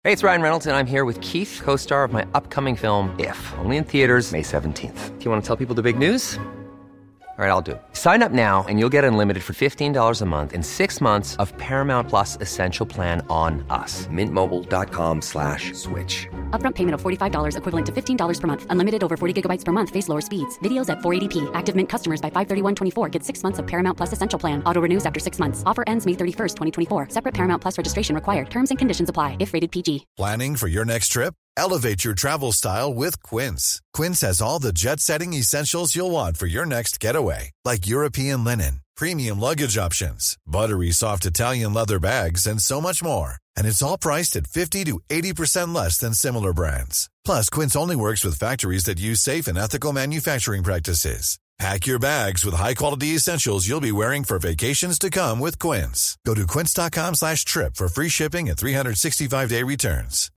Hey, it's Ryan Reynolds, and I'm here with Keith, co-star of my upcoming film, If, only in theaters May 17th. Do you want to tell people the big news? All right, I'll do it. Sign up now and you'll get unlimited for $15 a month and 6 months of Paramount Plus Essential Plan on us. MintMobile.com/switch. Upfront payment of $45 equivalent to $15 per month. Unlimited over 40 gigabytes per month. Face lower speeds. Videos at 480p. Active Mint customers by 531.24 get 6 months of Paramount Plus Essential Plan. Auto renews after 6 months. Offer ends May 31st, 2024. Separate Paramount Plus registration required. Terms and conditions apply if rated PG. Planning for your next trip? Elevate your travel style with Quince. Quince has all the jet-setting essentials you'll want for your next getaway, like European linen, premium luggage options, buttery soft Italian leather bags, and so much more. And it's all priced at 50 to 80% less than similar brands. Plus, Quince only works with factories that use safe and ethical manufacturing practices. Pack your bags with high-quality essentials you'll be wearing for vacations to come with Quince. Go to quince.com/trip for free shipping and 365-day returns.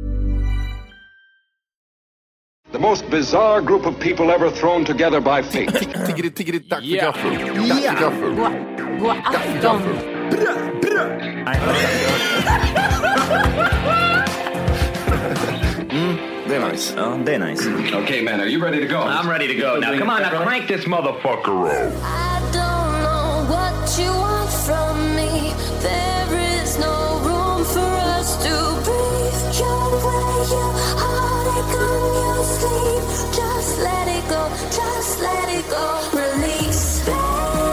The most bizarre group of people ever thrown together by fate. Tiggeri, dack för gaffel. Dack för gaffel. God afton. Det är nice. Ja, det är nice. Okay, man, are you ready to go? I'm ready to go. Now, come on, now crank this motherfucker up. I don't know what you want from me. There is no room for us to breathe. Your way, your heartache on your sleeve. Just let it go, just let it go. Release, baby.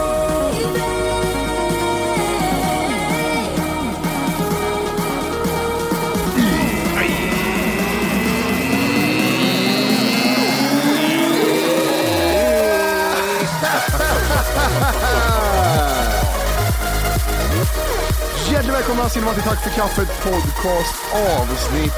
Hjärtligt välkomna till Tack för kaffet podcast avsnitt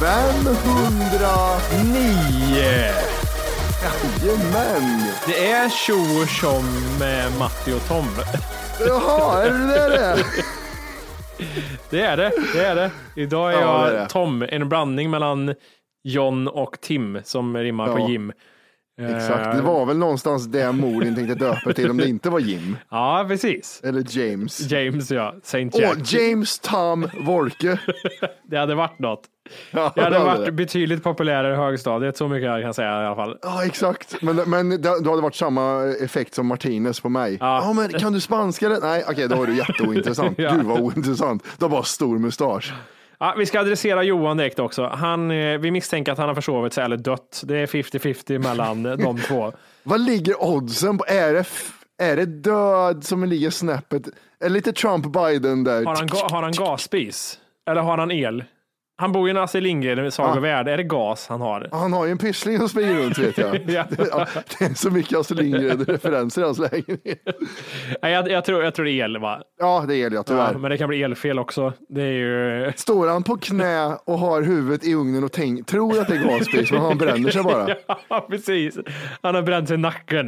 509. Jajamän. Det är tjo som med Matti och Tom. Jaha, är det? Det är det. Idag är Ja, jag det är det. Tom, en blandning mellan John och Tim som rimmar på Jim. Exakt, det var väl någonstans det Morin tänkte döpa till om det inte var Jim. Ja, precis. Eller James. James, ja. Saint Jack. James Tom Wolke. Det hade varit något. Ja, Det hade varit betydligt populärare i högstadiet, så mycket jag kan säga i alla fall. Ja, exakt. Men det hade varit samma effekt som Martinez på mig. Ja. Men kan du spanska det? Nej, okej, då var du jätteointressant. Ja. Du var ointressant. Du har bara stor mustasch. Ja, vi ska adressera Johan direkt också. Vi misstänker att han har försovit sig eller dött. Det är 50-50 mellan de två. Vad ligger oddsen på? Är det död som ligger snäppet? Är lite Trump-Biden där? Har han gasspis? Eller har han el? Han bor i en Astrid Lindgren sagovärld. Är det gas han har? Han har ju en pyssling som springer runt, vet jag. Ja. Det är så mycket Astrid Lindgren-referenser i hans lägenhet. Jag tror det är el, va? Ja, det är det, tyvärr. Ja, men det kan bli elfel också. Det är ju... Står han på knä och har huvudet i ugnen och tror att det är gasspis, men han bränner sig bara. Ja, precis. Han har bränt sig i nacken.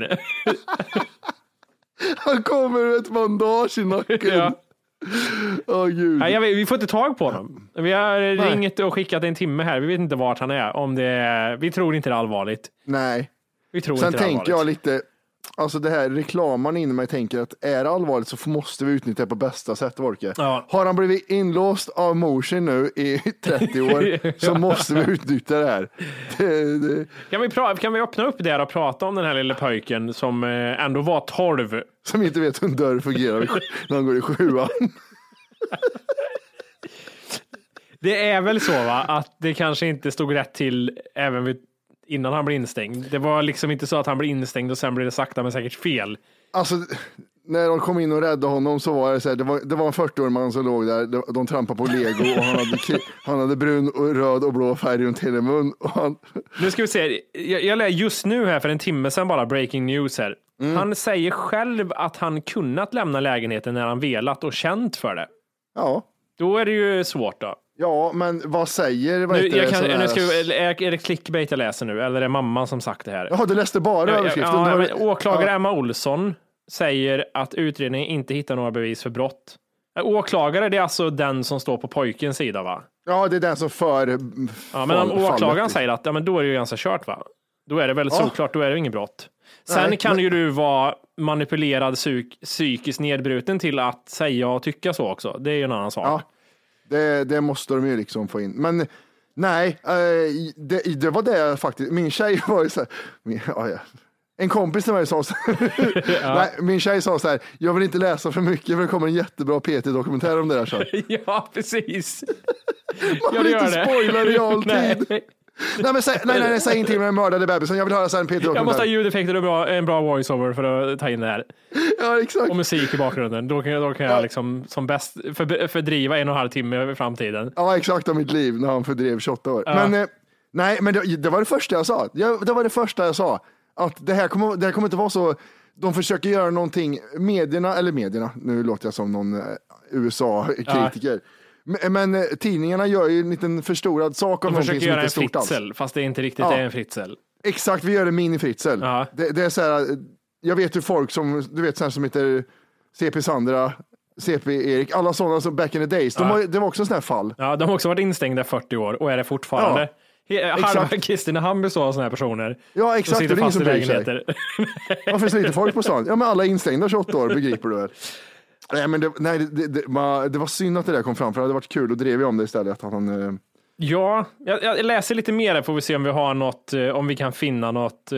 Han kommer med ett bandage i nacken. Ja. Åh, gud. Nej, vi får inte tag på honom. Vi har ringt och skickat en timme här. Vi vet inte vart han är. Vi tror inte det är allvarligt. Nej. Vi tror Sen inte det är tänker jag allvarligt. lite, alltså det här reklamen inne mig tänker att är det allvarligt så måste vi utnyttja det på bästa sätt, Vorke. Ja. Har han blivit inlåst av morsin nu i 30 år så måste vi utnyttja det här. Kan vi öppna upp det och prata om den här lilla pojken som ändå var 12? Som inte vet hur en dörr fungerar när han går i 7:an. Det är väl så, va? Att det kanske inte stod rätt till även innan han blev instängd. Det var liksom inte så att han blev instängd och sen blev det sakta men säkert fel. Alltså, när de kom in och räddade honom så var det så här, det var en 40-årig man som låg där, de trampade på lego och han hade brun och röd och blå färg runt hela mun. Nu ska vi se, jag lär just nu här för en timme sedan bara breaking news här. Han säger själv att han kunnat lämna lägenheten när han velat och känt för det. Ja. Då är det ju svårt då. Ja, men vad säger är det clickbait jag läser nu eller är det mamman som sagt det här? Jaha, du läste bara överskriften. Åklagare Emma Olsson säger att utredningen inte hittar några bevis för brott. Åklagare, det är alltså den som står på pojkens sida, va? Ja, det är den som men om åklagaren säger att men då är det ju ganska kört, va? Då är det väldigt såklart, då är det inget brott. Sen kan ju du vara manipulerad psykiskt nedbruten till att säga och tycka så också. Det är ju en annan sak. Det måste de ju liksom få in. Men nej, det var det faktiskt. Min tjej var ju så här, en kompis till mig sa så nej, min tjej sa så här, jag vill inte läsa för mycket för det kommer en jättebra PT-dokumentär om det där. Så. Ja, precis. Man vill inte spoila realtid. Nej, säg ingenting med den mördade bebisen. Jag vill höra så här en PT-dokumentär. Jag måste ha ljudeffekter och en bra voiceover för att ta in det här. Ja, exakt. Och musik i bakgrunden. Då kan jag liksom som bäst fördriva 1,5 timme i framtiden. Ja, exakt om mitt liv när han fördrev 28 år. Ja. Men nej, men det var det första jag sa. Det var det första jag sa. Att det här kommer inte vara så. De försöker göra någonting. Medierna. Nu låter jag som någon USA-kritiker. Men tidningarna gör ju en liten förstorad sak om någonting som inte är stort alls. Fast det är inte riktigt är en fritzel. Exakt, vi gör en mini-fritzel. Det är så här, jag vet ju folk som, du vet, så här, som heter CP Sandra, CP Erik, alla sådana som back in the days. Det var också en sån här fall. Ja, de har också varit instängda 40 år och är det fortfarande. Halva Kristinehamn består av såna här personer. Ja, exakt. Det är ingen som bryr sig. Varför finns det lite folk på stan? Ja, men alla är instängda 28 år, begriper du väl? Nej, men det var synd att det där kom fram, för det hade varit kul och drev jag om det istället. Att han, Ja, jag läser lite mer, får vi se om vi har något, om vi kan finna något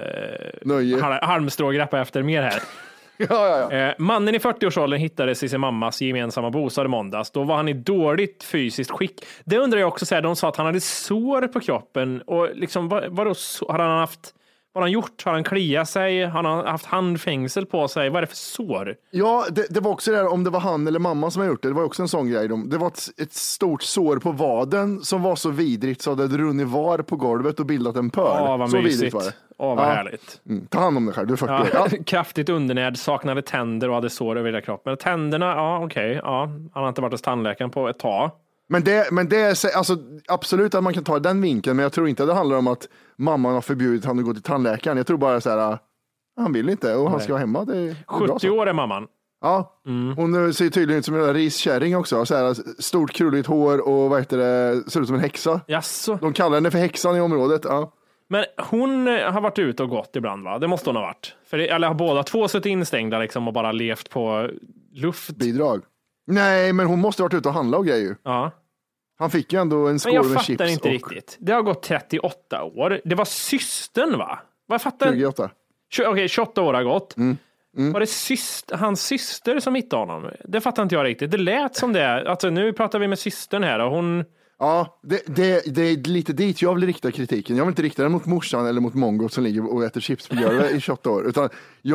halmstrå att greppa efter mer här. Ja. Mannen i 40-årsåldern hittades i sin mammas gemensamma bostad i måndags. Då var han i dåligt fysiskt skick. Det undrar jag också, de sa att han hade sår på kroppen. Och liksom, har han haft... Vad har han gjort? Har han kliat sig? Har han haft handfängsel på sig? Vad är det för sår? Ja, det var också det där, om det var han eller mamma som har gjort det. Det var också en sån grej. Det var ett stort sår på vaden som var så vidrigt så det runnit var på golvet och bildat en pöl. Ja, vad så mysigt. Vidrigt var det. Vad härligt. Ta hand om det själv, du är 40 år. Ja. Kraftigt undernärd, saknade tänder och hade sår över hela kroppen. Men tänderna, okej. Han har inte varit hos tandläkaren på ett tag. Men det är alltså, absolut att man kan ta den vinkeln, men jag tror inte att det handlar om att mamman har förbjudit han att gå till tandläkaren. Jag tror bara så här, han vill inte och han ska vara hemma. Det är 70 år är mamman. Ja, hon ser tydligen ut som en riskärring också. Så här, stort krulligt hår och ser ut som en häxa. Jaså. De kallar henne för häxan i området. Ja. Men hon har varit ute och gått ibland, va? Det måste hon ha varit. Eller har båda två suttit instängda liksom, och bara levt på luftbidrag? Nej, men hon måste ha varit ute och handla och grejer. Ja. Han fick ju ändå en skål med chips. Men jag fattar inte riktigt. Det har gått 38 år. Det var systern, va? Vad fattar 28. Okej, 28 år har gått. Var det hans syster som hittade honom? Det fattar inte jag riktigt. Det lät som det. Alltså, nu pratar vi med systern här och hon... Ja, det är lite dit jag vill rikta kritiken. Jag vill inte rikta den mot morsan eller mot mongot som ligger och äter chips på golvet i 28 år. Utan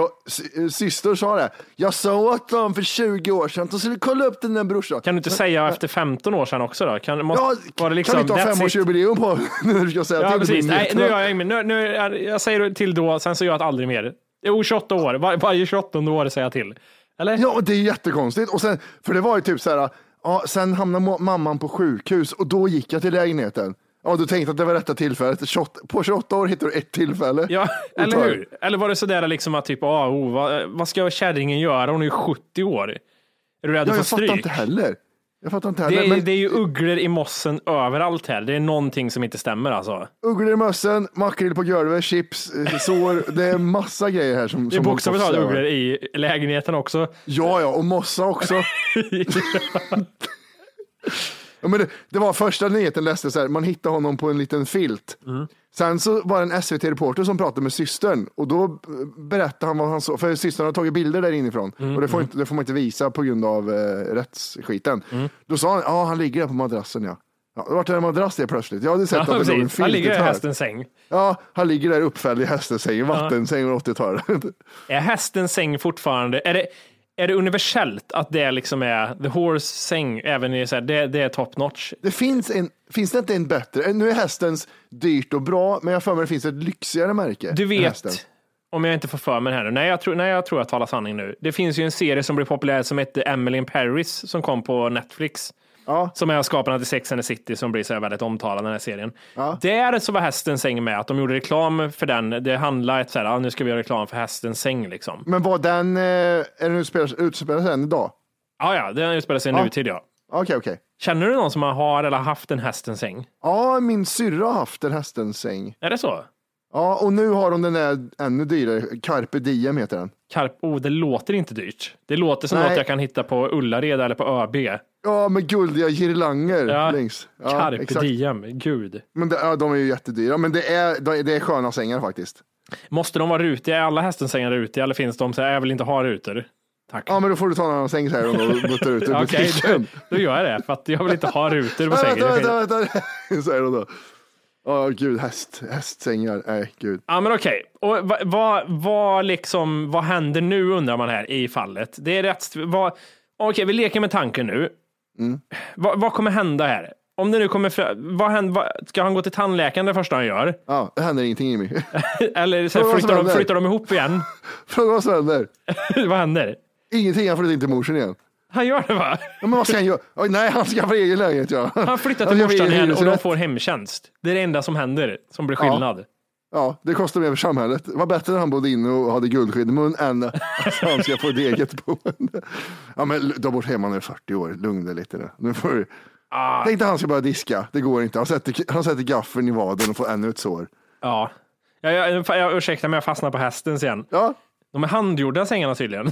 syster sa det. Jag sa åt dem för 20 år sedan. Så skulle kolla upp den där brorsan. Kan du inte säga efter 15 år sedan också då? Kan du inte ha 5-årsjubileum på när du ska säga till? Precis. Nej, nu är jag med. Jag säger till då, sen så gör jag det aldrig mer. 28 år. Varje 28 år säger jag till. Eller? Ja, det är jättekonstigt. Och sen, för det var ju typ så här... Ja, sen hamnade mamman på sjukhus och då gick jag till lägenheten. Ja, du tänkte att det var rätta tillfället. På 28 år hittar du ett tillfälle. Ja, eller hur? Eller var det sådär liksom att typ, vad ska kärringen göra? Hon är ju 70 år. Är du rädd att få stryk? Jag fattar inte heller. Det är ju ugglor i mossen överallt här. Det är någonting som inte stämmer alltså. Ugglor i mossen, makrill på golvet, chips, sår. Det är massa grejer här som... Det är bokstavligt talat ugglor i lägenheten också. Ja, och mossa också. Ja, men det var första nyheten läste så här, man hittade honom på en liten filt. Sen så var det en SVT-reporter som pratade med systern och då berättade han vad han såg, för systern har tagit bilder där inifrån och det får man inte visa på grund av rättsskiten. Då sa han, han ligger där på madrassen, ja. Det var en madrass det plötsligt. Jag hade sett att det låg en filt. Han ligger i hästens säng. Ja, han ligger där uppfälld i hästens säng, vattensäng och 80-talet. Är hästens säng fortfarande, är det universellt att det liksom är the horse säng, även i så här, det är top notch? Det finns det inte en bättre? Nu är hästens dyrt och bra, men jag för mig det finns ett lyxigare märke. Du vet, om jag inte får för mig här nu. Nej, jag tror jag talar sanning nu. Det finns ju en serie som blev populär som heter Emily in Paris som kom på Netflix. Ja. Som är skaparna till Sex and the City som blir så här väldigt omtalad den här serien. Ja. Där så var hästens säng med, att de gjorde reklam för den. Det handlar ett så här, nu ska vi göra reklam för hästens säng liksom. Men var den, är den utspelar sig än idag? Ja, den utspelar sig i nutid, ja. Okej. Känner du någon som har eller haft en hästens säng? Ja, min syrra har haft en hästens säng. Är det så? Ja, och nu har de den där ännu dyrare. Carpe Diem heter den. Det låter inte dyrt. Det låter som något jag kan hitta på Ullared eller på ÖB. Ja, med guldiga girlanger längs. Ja, Carpe Diem, gud. Men de är ju jättedyra, men det är sköna sängar faktiskt. Måste de vara rutiga? Är alla hästensängar rutiga eller finns de så jag vill inte ha rutor? Tack. Ja, men då får du ta en annan säng så här och buttar ut ur butiken. Då gör jag det, för att jag vill inte ha rutor på sängen. Vänta. Så är det då. Åh gud, hästsängar. Nej, gud. Ja, men okej. Och vad händer nu undrar man här i fallet? Det är rätt. Okej, vi leker med tanken nu. Vad kommer hända här? Om det nu kommer ska han gå till tandläkaren det första han gör? Ja, det händer ingenting i mig. Eller så flyttar de ihop igen? Fråga vad som händer. Vad händer? Ingenting, han flyttar in till morsen igen. Han gör det, va? Ja, men vad ska han göra? Nej, han ska få egen lägenhet. Ja. Han flyttar till morsan igen och de får hemtjänst. Det är det enda som händer, som blir skillnad. Ja, det kostar mer för samhället. Det var bättre när han bodde inne och hade guldskydd i mun än att han ska få ett eget boende. Ja, men ta bort hemma när 40 år. Lugn dig lite nu. Nu får du... Tänkte han ska börja diska. Det går inte. Han sätter gaffeln i vaden och får ännu ett sår. Ja. Jag ursäktar mig, jag fastnar på hästen igen. Ja. De är handgjorda sängarna tydligen.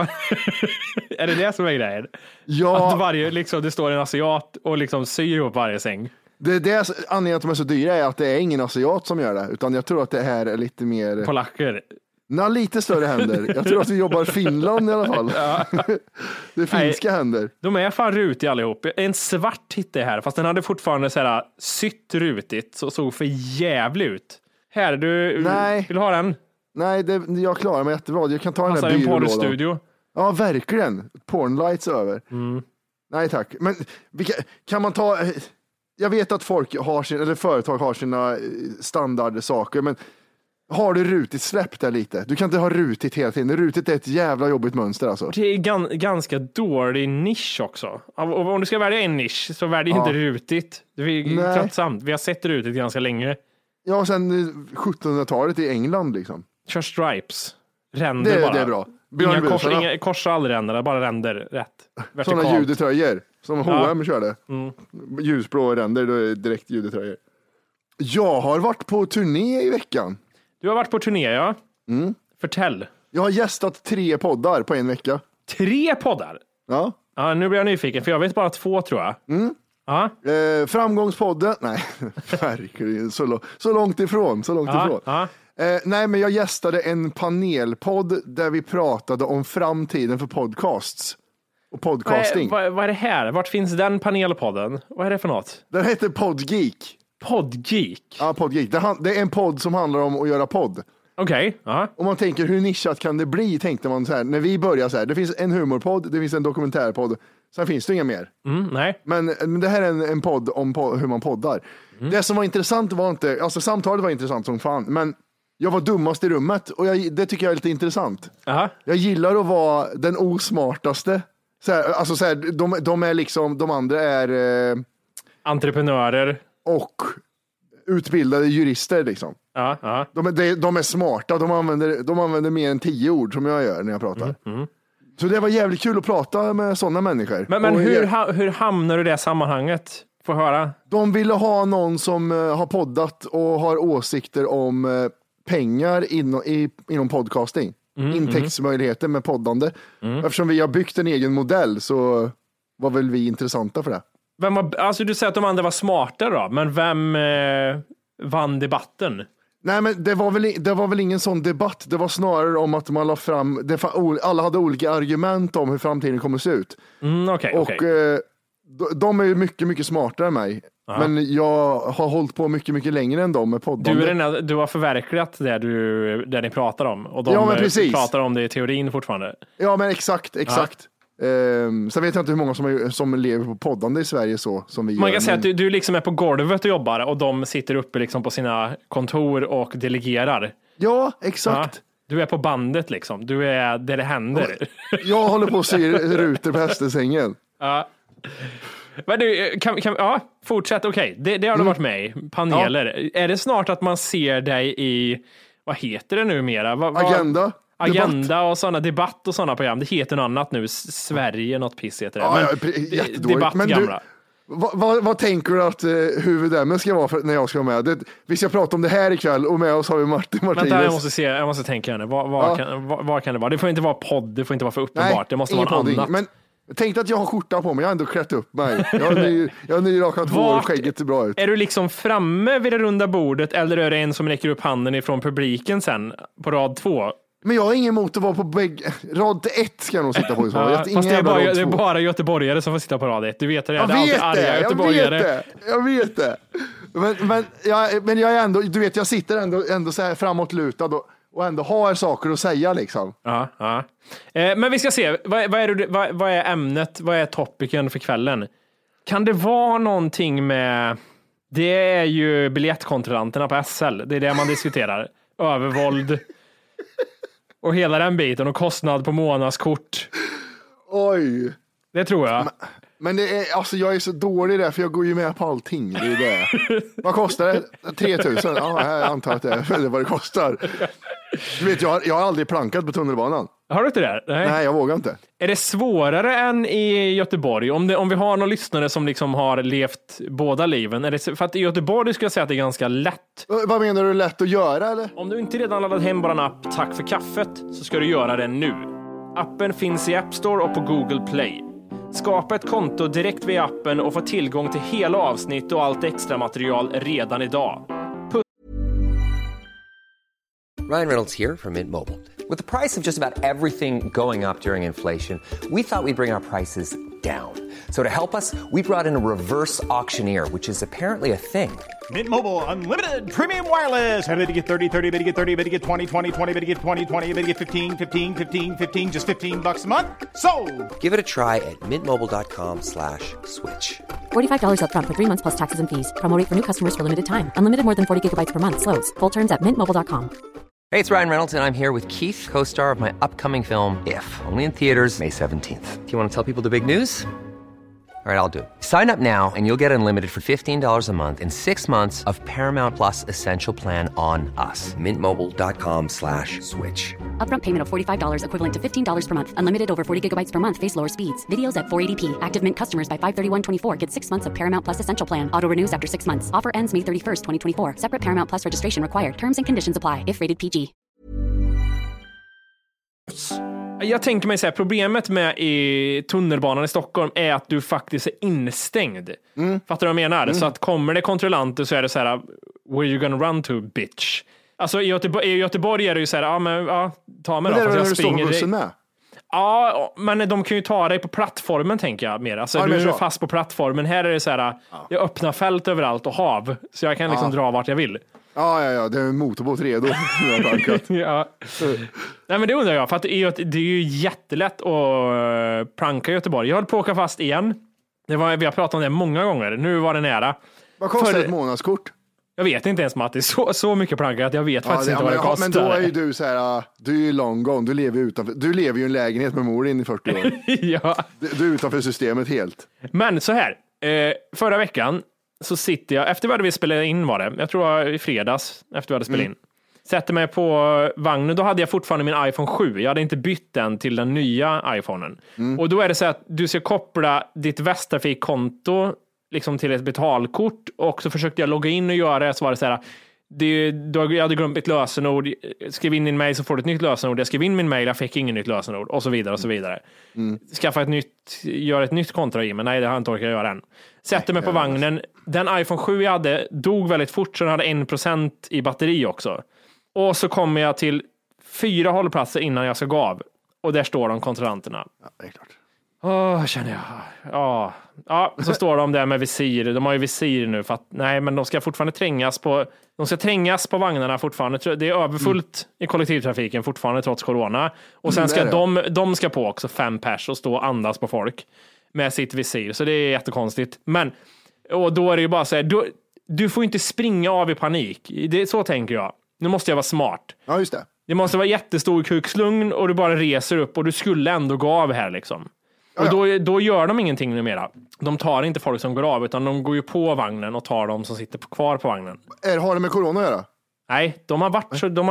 Är det som är grejen? Ja. Att det står en asiat och liksom syr ihop varje säng. Det anledningen att de är så dyra är att det är ingen asiat som gör det. Utan jag tror att det här är lite mer... Polacker. Lite större händer. Jag tror att vi jobbar i Finland i alla fall. Ja. Det är finska händer. De är fan rutiga allihop. En svart hittade jag här, fast den hade fortfarande så här sytt rutigt. Så såg för jävligt ut. Här, vill du ha den? Nej, jag klarar mig jättebra. Jag kan ta den här byrålådan. Passar en porrstudio. Ja, verkligen. Pornlights över. Nej, tack. Men kan man ta... Jag vet att företag har sina standardsaker, men har du rutigt släppt det lite? Du kan inte ha rutigt hela tiden. Rutigt är ett jävla jobbigt mönster alltså. Det är ganska dålig nisch också. Om du ska välja en nisch så välj inte rutigt. Det är tröttsamt. Vi har sett rutigt ganska länge. Ja, sen 1700-talet i England liksom. Kör stripes. Ränder bara. Det är bra. Korsa aldrig ränder, bara ränder rätt. Vertikalt. Sådana judetröjor som H&M körde. Ljusblå ränder, då är det direkt judetröjor. Jag har varit på turné i veckan. Du har varit på turné, ja. Förtäll. Jag har gästat 3 poddar på en vecka. 3 poddar? Ja. Ja, nu blir jag nyfiken, för jag vet bara 2 tror jag. Ja. Framgångspodden. Nej, verkligen. Så långt ifrån. Ja. Nej, men jag gästade en panelpodd där vi pratade om framtiden för podcasts och podcasting. Vad är det här? Vart finns den panelpodden? Vad är det för något? Den heter Podgeek. Podgeek? Ja, Podgeek. Det är en podd som handlar om att göra podd. Okej. Om man tänker hur nischat kan det bli, tänkte man så här, när vi började så här, det finns en humorpodd, det finns en dokumentärpodd, sen finns det inga mer. Nej. Men det här är en podd om hur man poddar. Det som var intressant var inte, alltså samtalet var intressant som fan, men jag var dummast i rummet och det tycker jag är lite intressant. Jag gillar att vara den osmartaste. Så här, alltså så här, de är liksom, de andra är entreprenörer och utbildade jurister liksom. De är smarta, de använder mer än 10 ord som jag gör när jag pratar. Så det var jävligt kul att prata med sådana människor. Men hur hamnar du i det sammanhanget? Få höra. De ville ha någon som har poddat och har åsikter om pengar inom podcasting. Intäktsmöjligheter med poddande. Eftersom vi har byggt en egen modell så var väl vi intressanta för det. Alltså du säger att de andra var smarta då, men vem vann debatten? Nej, men det var väl ingen sån debatt. Det var snarare om att man la fram, alla hade olika argument om hur framtiden kommer att se ut. De är ju mycket, mycket smartare än mig. Men jag har hållit på mycket, mycket längre än dem med poddande. Du har förverkligat det ni pratar om. Och de pratar om det i teorin fortfarande. Ja, men exakt. Sen vet jag inte hur många som lever på poddande i Sverige så som vi gör. Man kan säga att du liksom är på golvet och jobbar och de sitter uppe liksom på sina kontor och delegerar. Ja, exakt. Du är på bandet liksom. Du är där det händer. Jag håller på att se rutor på hästensängen. Ja. Men du, fortsätt. Okej. Det har du varit med i. Paneler. Är det snart att man ser dig i, vad heter det nu mera? Agenda och sådana, debatt och sådana program. Det heter något annat nu. Sverige, något piss heter det. Jättedåligt. Debatt men gamla. Vad tänker du att huvudämnet ska vara när jag ska vara med? Vi ska prata om det här ikväll och med oss har vi Martin Martinez. Vänta, jag måste tänka henne. Vad kan det vara? Det får inte vara podd, det får inte vara för uppenbart. Nej, det måste vara något annat. Men tänk att jag har skjorta på mig, jag har ändå klätt upp mig. Jag har nyrakat hår, skägget ser bra ut. Är du liksom framme vid det runda bordet eller är det en som räcker upp handen ifrån publiken sen på rad 2? Men jag har ingen emot att vara på rad 1 ska jag nog sitta på. Fast det är bara göteborgare som får sitta på rad 1. Du vet det. Jag vet det. Men jag är ändå, du vet, jag sitter ändå så här framåtlutad och ändå har saker att säga liksom. Ja. Men vi ska se, vad är ämnet, vad är topicen för kvällen? Kan det vara någonting med, det är ju biljettkontrollanterna på SL, det är det man diskuterar. Övervåld och hela den biten och kostnad på månadskort. Oj. Det tror jag. Men det är, alltså jag är så dålig där för jag går ju med på allting. Det är det. Vad kostar det? 3000? Ja, jag antar att det är vad det kostar. Du vet, jag har aldrig plankat på tunnelbanan. Har du inte det? Nej, jag vågar inte. Är det svårare än i Göteborg? Om vi har någon lyssnare som liksom har levt båda liven. Är det, för att i Göteborg skulle jag säga att det är ganska lätt. Vad menar du, lätt att göra eller? Om du inte redan laddat hem bara app Tack för kaffet så ska du göra det nu. Appen finns i App Store och på Google Play. Skapa ett konto direkt via appen och få tillgång till hela avsnitt och allt extra material redan idag. Ryan Reynolds here from Mint Mobile. With the price of just about everything going up during inflation, we thought we'd bring our prices down. So to help us, we brought in a reverse auctioneer, which is apparently a thing. Mint Mobile Unlimited Premium Wireless. How to get 30, 30, bit to get 30, bit to get 20, 20, 20, bit to get 20, 20, bit to get 15, 15, 15, 15, just $15 a month? Sold! Give it a try at mintmobile.com/switch. $45 up front for 3 months plus taxes and fees. Promo rate for new customers for limited time. Unlimited more than 40 gigabytes per month. Slows full terms at mintmobile.com. Hey, it's Ryan Reynolds, and I'm here with Keith, co-star of my upcoming film, If, only in theaters May 17th. Do you want to tell people the big news? All right, I'll do it. Sign up now and you'll get unlimited for $15 a month and 6 months of Paramount Plus Essential Plan on us. mintmobile.com/switch. Upfront payment of $45 equivalent to $15 per month. Unlimited over 40 gigabytes per month. Face lower speeds. Videos at 480p. Active Mint customers by 531.24 get 6 months of Paramount Plus Essential Plan. Auto renews after 6 months. Offer ends May 31st, 2024. Separate Paramount Plus registration required. Terms and conditions apply if rated PG. Jag tänker mig så här, problemet med i tunnelbanan i Stockholm är att du faktiskt är instängd. Fattar du vad jag menar? Så att kommer det kontrollanter så är det så här, where you gonna run to, bitch? Alltså i Göteborg är det ju så här, ta mig då. Men det är det du står på bussen med? Ja, men de kan ju ta dig på plattformen tänker jag mer. Alltså du är fast på plattformen. Här är det så här, det är öppna fält överallt och hav. Så jag kan liksom dra vart jag vill. Ja, det är en motorbåt redo. Ja. Nej, men det undrar jag, för att det är ju jättelätt att pranka i Göteborg. Jag höll på att åka fast igen. Vi har pratat om det många gånger. Nu var det nära. Vad kostar ett månadskort? Jag vet inte ens, Matti. Så mycket plankar att jag vet faktiskt inte vad det kostar. Men då är ju du så här, du är ju long gone. Du lever utanför. Du lever ju i en lägenhet med mor in i 40 år. Ja. Du är utanför systemet helt. Men så här, förra veckan så sitter jag, efter vad vi spelade in var det, jag tror i fredags, efter vi hade spelat in, sätter mig på vagnen, då hade jag fortfarande min iPhone 7, jag hade inte bytt den till den nya iPhonen. Och då är det så att du ska koppla ditt Västtrafikkonto liksom till ett betalkort, och så försökte jag logga in och göra det, så var det så här, jag hade glömt mitt lösenord, skriv in din mail så får du ett nytt lösenord, jag skrev in min mail, jag fick ingen nytt lösenord, och så vidare och så vidare. Skaffa gör ett nytt konto i, men nej, det har jag inte orkat göra än. Sätter mig på vagnen, den iPhone 7 jag hade dog väldigt fort, så den hade 1% i batteri också. Och så kommer jag till 4 hållplatser innan jag ska gå av, och där står de kontrollanterna. Ja, det är klart. Känner jag. Ja, så står de där med visir. De har ju visir nu för att, nej, men de ska fortfarande trängas på vagnarna fortfarande. Det är överfullt i kollektivtrafiken fortfarande trots corona. Och sen ska de ska på också 5 pers och stå och andas på folk med sitt visir. Så det är jättekonstigt. Men, och då är det ju bara så här, du får inte springa av i panik. Så tänker jag. Nu måste jag vara smart. Ja, just det. Det måste vara jättestor kukslugn och du bara reser upp och du skulle ändå gå av här liksom. Och då gör de ingenting numera. De tar inte folk som går av, utan de går ju på vagnen och tar de som sitter kvar på vagnen. Har det med corona att göra? Nej,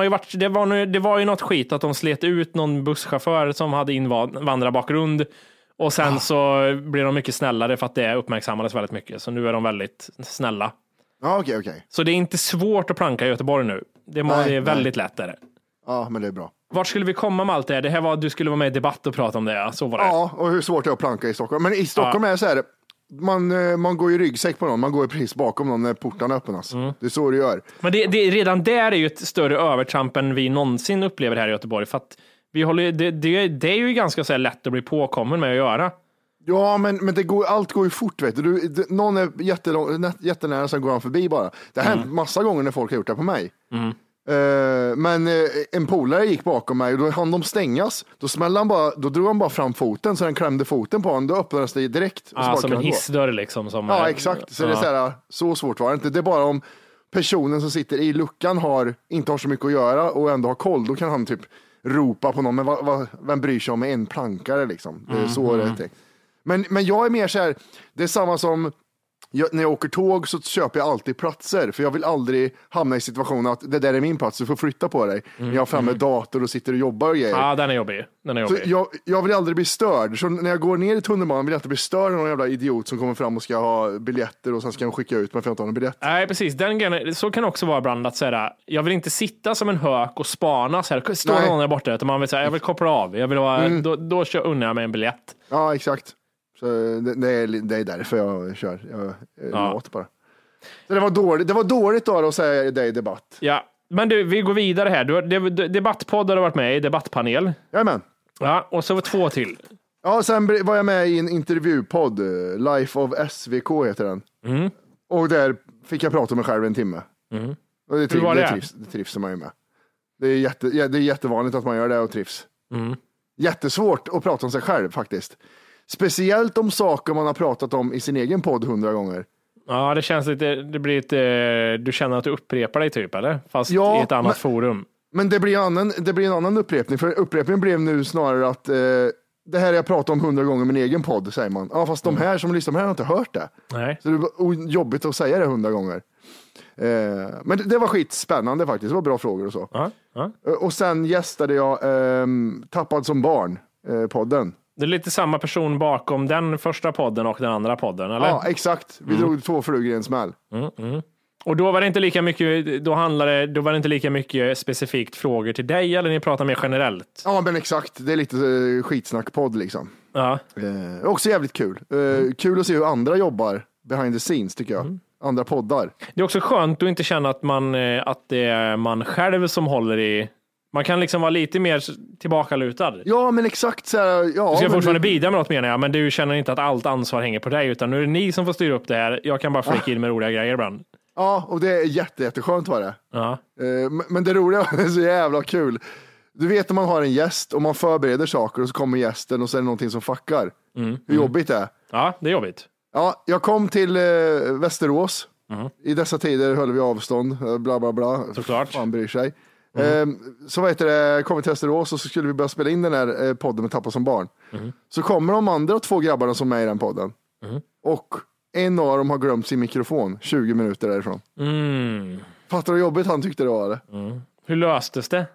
det var ju något skit att de slet ut någon busschaufför som hade invandrarbakgrund Och sen så blir de mycket snällare för att det uppmärksammades väldigt mycket. Så nu är de väldigt snälla. Ja, okej. Så det är inte svårt att planka i Göteborg nu. Det är väldigt lätt där. Ja, men det är bra. Vart skulle vi komma med allt det här? Det här var att du skulle vara med i debatt och prata om det. Ja, så var det. Ja, och hur svårt det är att planka i Stockholm. Men i Stockholm är det så här, man går i ryggsäck på någon, man går ju precis bakom någon när portarna öppnas. Det är så det gör. Men det redan där är ju ett större övertramp än vi någonsin upplever här i Göteborg. För att vi håller, det är ju ganska så här lätt att bli påkommen med att göra. Ja, men allt går ju fort, vet du. Någon är jättenära, sen går han förbi bara. Det har hänt massa gånger när folk har gjort det på mig. Men en polare gick bakom mig och då hann de stängas. Då drog han bara fram foten så den klämde foten på honom. Då öppnades det direkt. Och som en hissdörr liksom. Ja, exakt. Så det är så svårt var det inte. Det är bara om personen som sitter i luckan inte har så mycket att göra och ändå har koll. Då kan han typ ropa på någon. Men vem bryr sig om en plankare liksom? Det är så det är. Men jag är mer så här, det är samma som när jag åker tåg så köper jag alltid platser. För jag vill aldrig hamna i situationen att det där är min plats, du får flytta på dig. Jag har framme dator och sitter och jobbar och grejer. Ja, den är jobbig. Så jag vill aldrig bli störd. Så när jag går ner i tunnelbanan vill jag inte bli störd av någon jävla idiot som kommer fram och ska ha biljetter och sen ska de skicka ut mig för att jag inte har en biljett. Nej, precis. Så kan det också vara ibland att säga, jag vill inte sitta som en hök och spana så här. Står någon där borta, utan man vill säga, jag vill koppla av. Jag vill då kör undan med en biljett. Ja, exakt. Så det är därför jag kör. Jag låter bara. Så det var dåligt då att säga det i debatt. Ja, men du, vi går vidare här. Debattpodd har du varit med i, debattpanel. Jajamän. Ja, och så var 2 till. Ja, sen var jag med i en intervjupodd. Life of SVK heter den. Och där fick jag prata med mig själv en timme. Och det trivs man ju med. Det är jättevanligt att man gör det och trivs. Jättesvårt att prata om sig själv faktiskt. Speciellt om saker man har pratat om i sin egen podd 100 gånger. Ja, det känns lite, du känner att du upprepar dig typ, eller? Fast i ett annat forum. Men det blir en annan upprepning. För upprepningen blev nu snarare att det här jag pratat om 100 gånger i min egen podd, säger man. Ja, fast de här som lyssnar här har inte hört det. Nej. Så det var jobbigt att säga det 100 gånger. Men det var skitspännande faktiskt. Det var bra frågor och så. Och sen gästade jag Tappad som barn, podden. Det är lite samma person bakom den första podden och den andra podden, eller? Ja, exakt. Vi drog 2 flugor i en smäll. Och då var det inte lika mycket, då var det inte lika mycket specifikt frågor till dig, eller ni pratar mer generellt? Ja, men exakt. Det är lite skitsnackpodd liksom. Ja. Också jävligt kul. Kul att se hur andra jobbar behind the scenes, tycker jag. Andra poddar. Det är också skönt att inte känna att det är man själv som håller i. Man kan liksom vara lite mer tillbakalutad. Ja, men exakt så här, ja. Du ska fortfarande bidra med något, menar jag, men du känner inte att allt ansvar hänger på dig, utan nu är det ni som får styra upp det här. Jag kan bara flika in med roliga grejer ibland. Ja, och det är jätteskönt var det. Ja. Men det roliga är så jävla kul. Du vet när man har en gäst och man förbereder saker och så kommer gästen och så är det någonting som fuckar. Hur jobbigt det är. Ja, det är jobbigt. Ja, jag kom till Västerås. I dessa tider höll vi avstånd. Bla bla bla. Såklart. Fan bryr sig. Så vad heter det, kom vi till Västerås och så skulle vi börja spela in den här podden med Tappa som barn. Så kommer de andra 2 grabbarna som är i den podden. Och en av dem har glömt sin mikrofon 20 minuter därifrån. Fattar du hur jobbigt han tyckte det var? Det? Hur löstes det?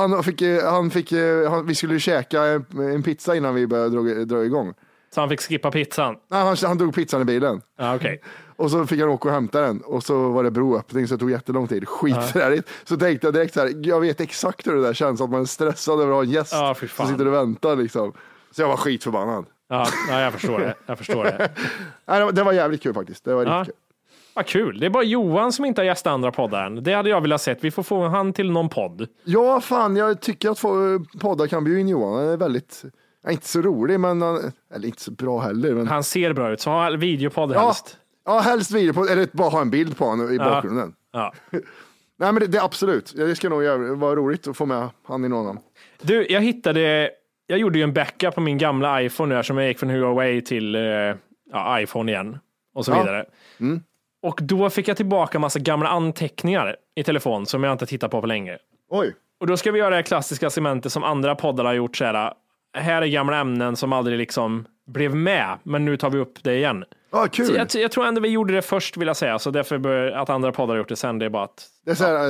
Vi skulle ju käka en pizza innan vi började dra igång. Så han fick skippa pizzan? Nej, han drog pizzan i bilen. Ja, okay. Och så fick han åka och hämta den. Och så var det broöppning så det tog jättelång tid. Skiträdigt. Så tänkte jag direkt så här, jag vet exakt hur det där känns. Att man är stressad över att ha en gäst som sitter och väntar liksom. Så jag var skitförbannad. Ja, jag förstår det. Nej, det var jävligt kul faktiskt. Det var riktigt kul. Vad kul. Det är bara Johan som inte har gästat andra poddar än. Det hade jag velat sett. Vi får få han till någon podd. Ja, fan. Jag tycker att poddar kan bjuda in Johan. Han är väldigt... inte så rolig, men eller inte så bra heller. Men... Han ser bra ut, så ha videopodd helst. Ja, helst videopodd, eller bara ha en bild på honom i bakgrunden. Ja. Nej, men det absolut. Det ska nog vara roligt att få med han i någon. Du, jag gjorde ju en backup på min gamla iPhone där, som jag gick från Huawei till iPhone igen och så vidare. Och då fick jag tillbaka massa gamla anteckningar i telefon som jag inte tittat på länge. Oj. Och då ska vi göra det klassiska segmentet som andra poddar har gjort, så här är gamla ämnen som aldrig liksom blev med, men nu tar vi upp det igen. Kul. Så jag tror ändå vi gjorde det först, vill jag säga, så därför att andra poddar har gjort det sen, det är bara att... Det är så här,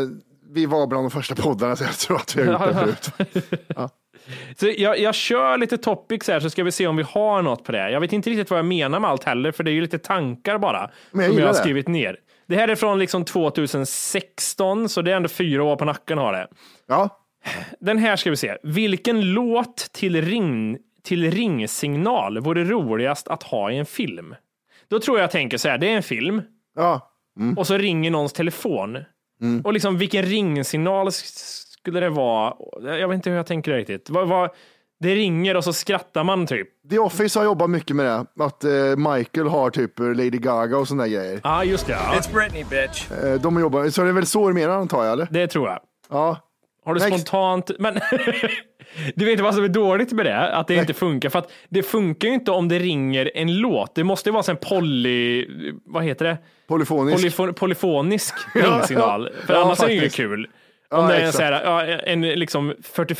vi var bland de första poddarna, så jag tror att vi har gjort det förut. Ja. Så jag kör lite topics här, så ska vi se om vi har något på det. Jag vet inte riktigt vad jag menar med allt heller, för det är ju lite tankar bara som jag har skrivit ner. Det här är från liksom 2016, så det är ändå 4 år på nacken har det. Ja. Den här ska vi se. Vilken låt till ringsignal vore roligast att ha i en film? Då tror jag tänker så här, det är en film. Ja. Och så ringer någons telefon. Och liksom vilken ringsignal skulle det vara? Jag vet inte hur jag tänker riktigt. Det ringer och så skrattar man typ. The Office har jobbat mycket med det. Att Michael har typ Lady Gaga och sådana grejer. Ja, just det. Ja. It's Britney, bitch. De jobbar, så det är väl så du menar, antar jag, eller? Det tror jag. Ja. Har du spontant... Men du vet vad som är dåligt med det? Att det inte funkar. För att det funkar ju inte om det ringer en låt. Det måste ju vara en vad heter det? Polyfonisk ringsignal. För annars är det ju kul. Om det är en, så här, en liksom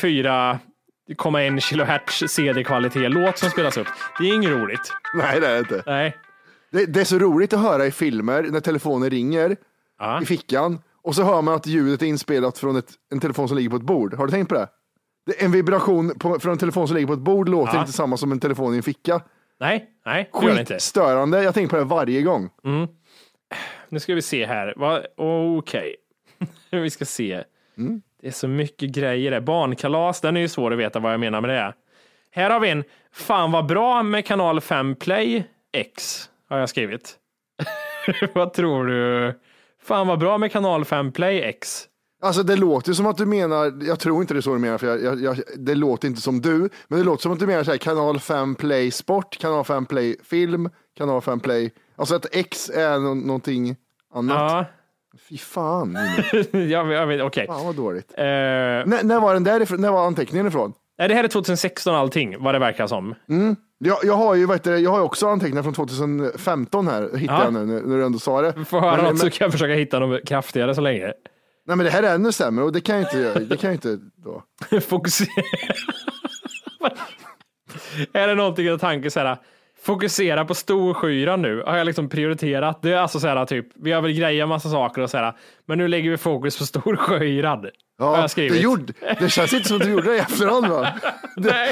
44,1 kHz CD-kvalitet-låt som spelas upp. Det är inget roligt. Nej, det är det inte. Nej. Det är så roligt att höra i filmer när telefonen ringer i fickan. Och så hör man att ljudet är inspelat från en telefon som ligger på ett bord. Har du tänkt på det? En vibration från en telefon som ligger på ett bord låter inte samma som en telefon i en ficka. Nej, det gör det inte. Skitstörande. Jag tänker på det varje gång. Nu ska vi se här. Okej. Vi ska se. Det är så mycket grejer där. Barnkalas, den är ju svår att veta vad jag menar med det. Här har vi en. Fan vad bra med kanal 5 Play X. Har jag skrivit. Vad tror du? Fan vad bra med kanal 5 Play X. Alltså det låter som att du menar, jag tror inte det är så du menar, för det låter inte som du, men det låter som att du menar så här, kanal 5 Play Sport, kanal 5 Play Film, kanal 5 Play, alltså att X är någonting annat. Ja. Fy fan. jag vet, okej. Fan vad dåligt. När var den därifrån, när var anteckningen ifrån? Det här är 2016 allting, vad det verkar som. Jag har ju jag har också anteckningar från 2015 här, hittade jag nu när du ändå sa det. Får höra något så kan jag försöka hitta något kraftigare så länge. Nej, men det här är ännu sämre och det kan jag inte göra. Det kan jag inte då. Fokusera. Är det någonting jag tänker så här, fokusera på storskyran nu? Har jag liksom prioriterat? Det är alltså så här typ, vi har väl grejat massa saker och så här, men nu lägger vi fokus på storskyran. Ja, det känns inte som att du gjorde det i efterhand, va? Nej.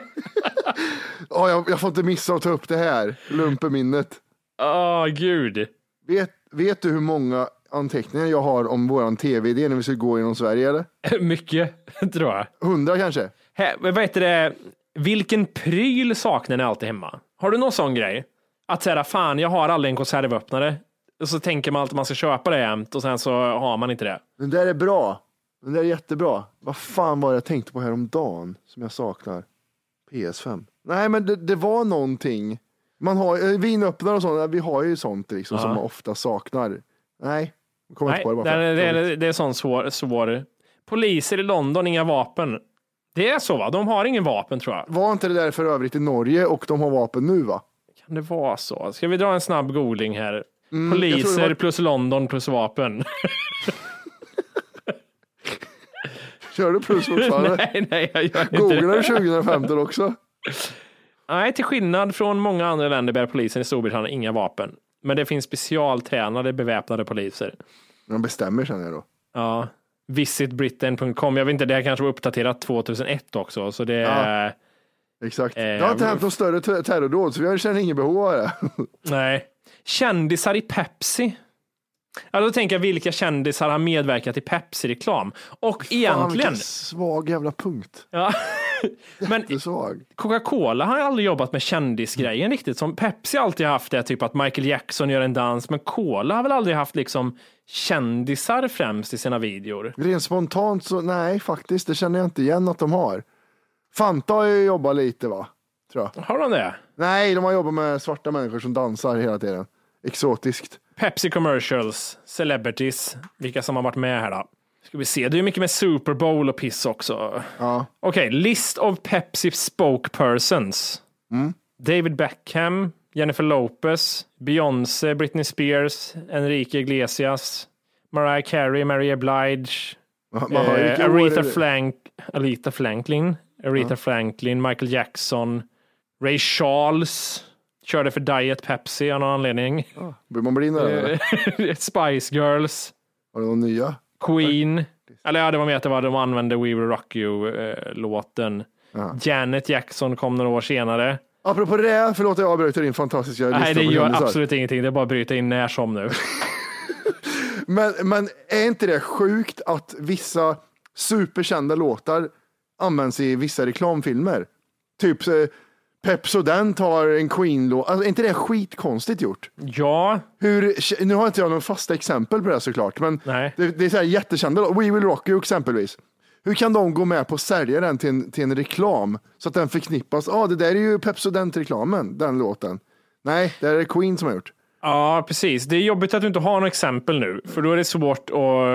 Jag får inte missa att ta upp det här. Lumpeminnet. Gud. Vet du hur många anteckningar jag har om våran tv-idé när vi ska gå genom Sverige, eller? Mycket, tror jag. 100 kanske. Vad heter det? Vilken pryl saknar ni alltid hemma? Har du någon sån grej? Att säga, fan, jag har aldrig en konservöppnare. Och så tänker man alltid att man ska köpa det jämt och sen så har man inte det. Den där är bra. Den där är jättebra. Vad fan var det jag tänkte på häromdagen som jag saknar? PS5. Nej, men det var någonting. Man har vinöppnare och sånt. Vi har ju sånt liksom som man ofta saknar. Nej, jag kommer inte på det bara. Det är sån svår. Poliser i London, inga vapen. Det är så, va? De har ingen vapen, tror jag. Var inte det där för övrigt i Norge och de har vapen nu, va? Kan det vara så? Ska vi dra en snabb googling här? Poliser plus London plus vapen. Kör du plus fortfarande? Nej, jag gör inte Googlar du 2015 också? Nej, till skillnad från många andra länder bär polisen i Storbritannien inga vapen. Men det finns specialtränade beväpnade poliser. De bestämmer, känner jag då. Ja. Visitbritain.com. Jag vet inte, det här kanske var uppdaterat 2001 också. Så det är... Exakt. Det har inte hänt någon större terrordåd, så vi känner ingen behov av det. Nej. Kändisar i Pepsi. Ja, då tänker jag, vilka kändisar har medverkat i Pepsi-reklam? Och egentligen... svag jävla punkt. Ja. Men Coca-Cola har aldrig jobbat med kändisgrejen riktigt. Som Pepsi alltid haft det, typ att Michael Jackson gör en dans. Men Cola har väl aldrig haft liksom kändisar främst i sina videor. Rent spontant så, nej faktiskt, det känner jag inte igen att de har. Fanta har ju jobbat lite, va? Tror jag. Har de det? Nej, de har jobbat med svarta människor som dansar hela tiden. Exotiskt. Pepsi commercials, celebrities, vilka som har varit med här då. Ska vi se, det är mycket med Super Bowl och piss också. Ja. Okej, list of Pepsi spokespersons. David Beckham, Jennifer Lopez, Beyoncé, Britney Spears, Enrique Iglesias, Mariah Carey, Mary Blige, Aretha Franklin, Michael Jackson, Ray Charles. Körde för Diet Pepsi av någon anledning. Blir man bli där? Spice Girls. Har du någon nya? Queen. Eller ja, det var med att det var de använde We Will Rock You-låten. Janet Jackson kom några år senare. Apropå det, förlåt jag avbryter din fantastiska lista. Nej, det gör absolut ingenting. Det är bara att bryta in när som nu. men är inte det sjukt att vissa superkända används i vissa reklamfilmer? Typ Pepsodent har en Queen-låt. Alltså, är inte det skitkonstigt gjort? Ja. Nu har inte jag någon fasta exempel på det såklart, men det är så här jättekända. We Will Rock You exempelvis. Hur kan de gå med på att sälja den till en reklam så att den förknippas? Det där är ju Pepsodent-reklamen, den låten. Nej, det är Queen som har gjort. Ja, precis. Det är jobbigt att du inte har något exempel nu, för då är det svårt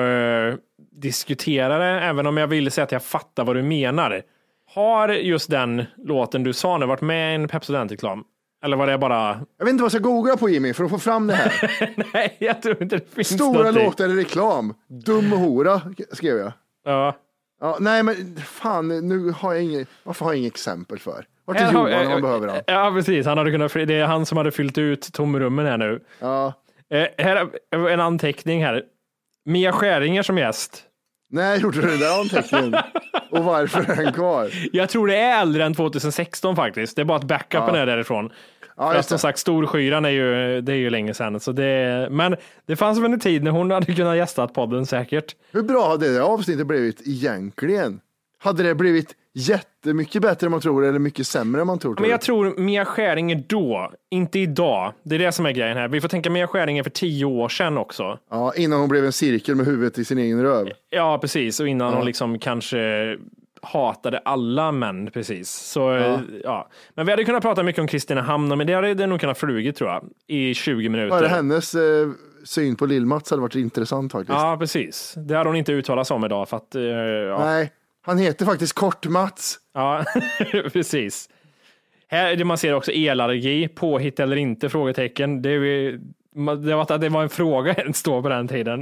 att diskutera det, även om jag vill säga att jag fattar vad du menar. Har just den låten du sa nu varit med i en Pepsodent-reklam? Eller var det bara... Jag vet inte vad jag ska googla på, Jimmy, för att få fram det här. Nej, jag tror inte det finns Stora någonting. låtar i reklam. Dum hora, skrev jag. Ja. Nej, men fan, nu har jag varför har jag inget exempel för? Vart är Johan när man behöver han? Ja, precis. Det är han som hade fyllt ut tomrummen här nu. Ja. Här är en anteckning här. Mia Skäringer som gäst. Nej, gjorde du den där anteckningen? Och varför är den kvar? Jag tror det är äldre än 2016 faktiskt. Det är bara att backupen är därifrån. För att som sagt, Storskyran det är ju länge sedan. Så men det fanns väl en tid när hon hade kunnat gästa podden säkert. Hur bra hade det avsnittet blivit egentligen? Hade det blivit jättemycket bättre än man tror eller mycket sämre än man tror? Men jag tror Mia Skäringer då, inte idag. Det är det som är grejen här. Vi får tänka Mia Skäringer för 10 år sedan också. Ja, innan hon blev en cirkel med huvudet i sin egen röv. Ja, precis. Och innan hon liksom kanske hatade alla män, precis. Så, ja. Men vi hade kunnat prata mycket om Kristinehamn, men det hade nog kunnat flugit, tror jag, i 20 minuter. Ja, hennes syn på Lill-Mats hade varit intressant faktiskt. Ja, precis. Det hade hon inte uttalat sig om idag, för att... Nej, han heter faktiskt Kort-Mats. Ja, precis. Här man ser också elallergi, påhitt eller inte, frågetecken. Det var en fråga som står på den tiden.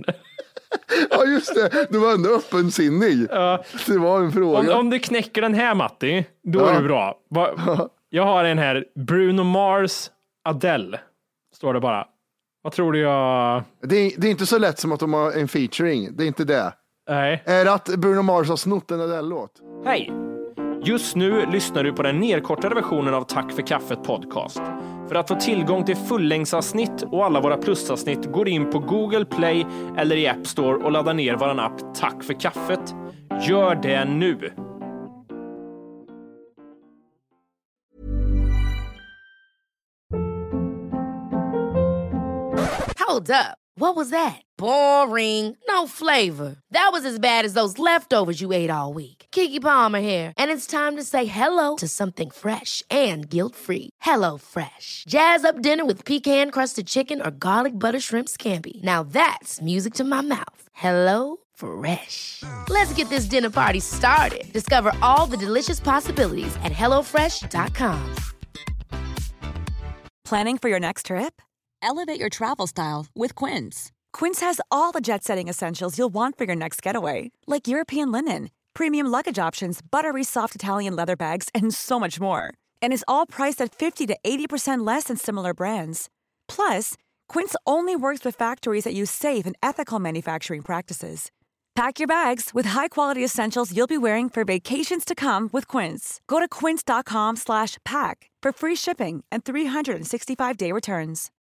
Ja, just det. Du var ändå öppensinnig. Ja. Det var en fråga. Om du knäcker den här, Matti, då är du bra. Jag har en här. Bruno Mars, Adele. Står det bara. Vad tror du jag... Det är inte så lätt som att de har en featuring. Det är inte det. Nej. Är det att Bruno Mars har snott en Adele-låt? Hej! Just nu lyssnar du på den nedkortade versionen av Tack för kaffet podcast. För att få tillgång till fullängdsavsnitt och alla våra plusavsnitt går in på Google Play eller i App Store och laddar ner våran app Tack för kaffet. Gör det nu! Hold up. What was that? Boring. No flavor. That was as bad as those leftovers you ate all week. Keke Palmer here, and it's time to say hello to something fresh and guilt-free. Hello Fresh. Jazz up dinner with pecan-crusted chicken or garlic butter shrimp scampi. Now that's music to my mouth. Hello Fresh. Let's get this dinner party started. Discover all the delicious possibilities at hellofresh.com. Planning for your next trip? Elevate your travel style with Quince. Quince has all the jet-setting essentials you'll want for your next getaway, like European linen, premium luggage options, buttery soft Italian leather bags, and so much more. And is all priced at 50 to 80% less than similar brands. Plus, Quince only works with factories that use safe and ethical manufacturing practices. Pack your bags with high-quality essentials you'll be wearing for vacations to come with Quince. Go to quince.com/pack for free shipping and 365-day returns.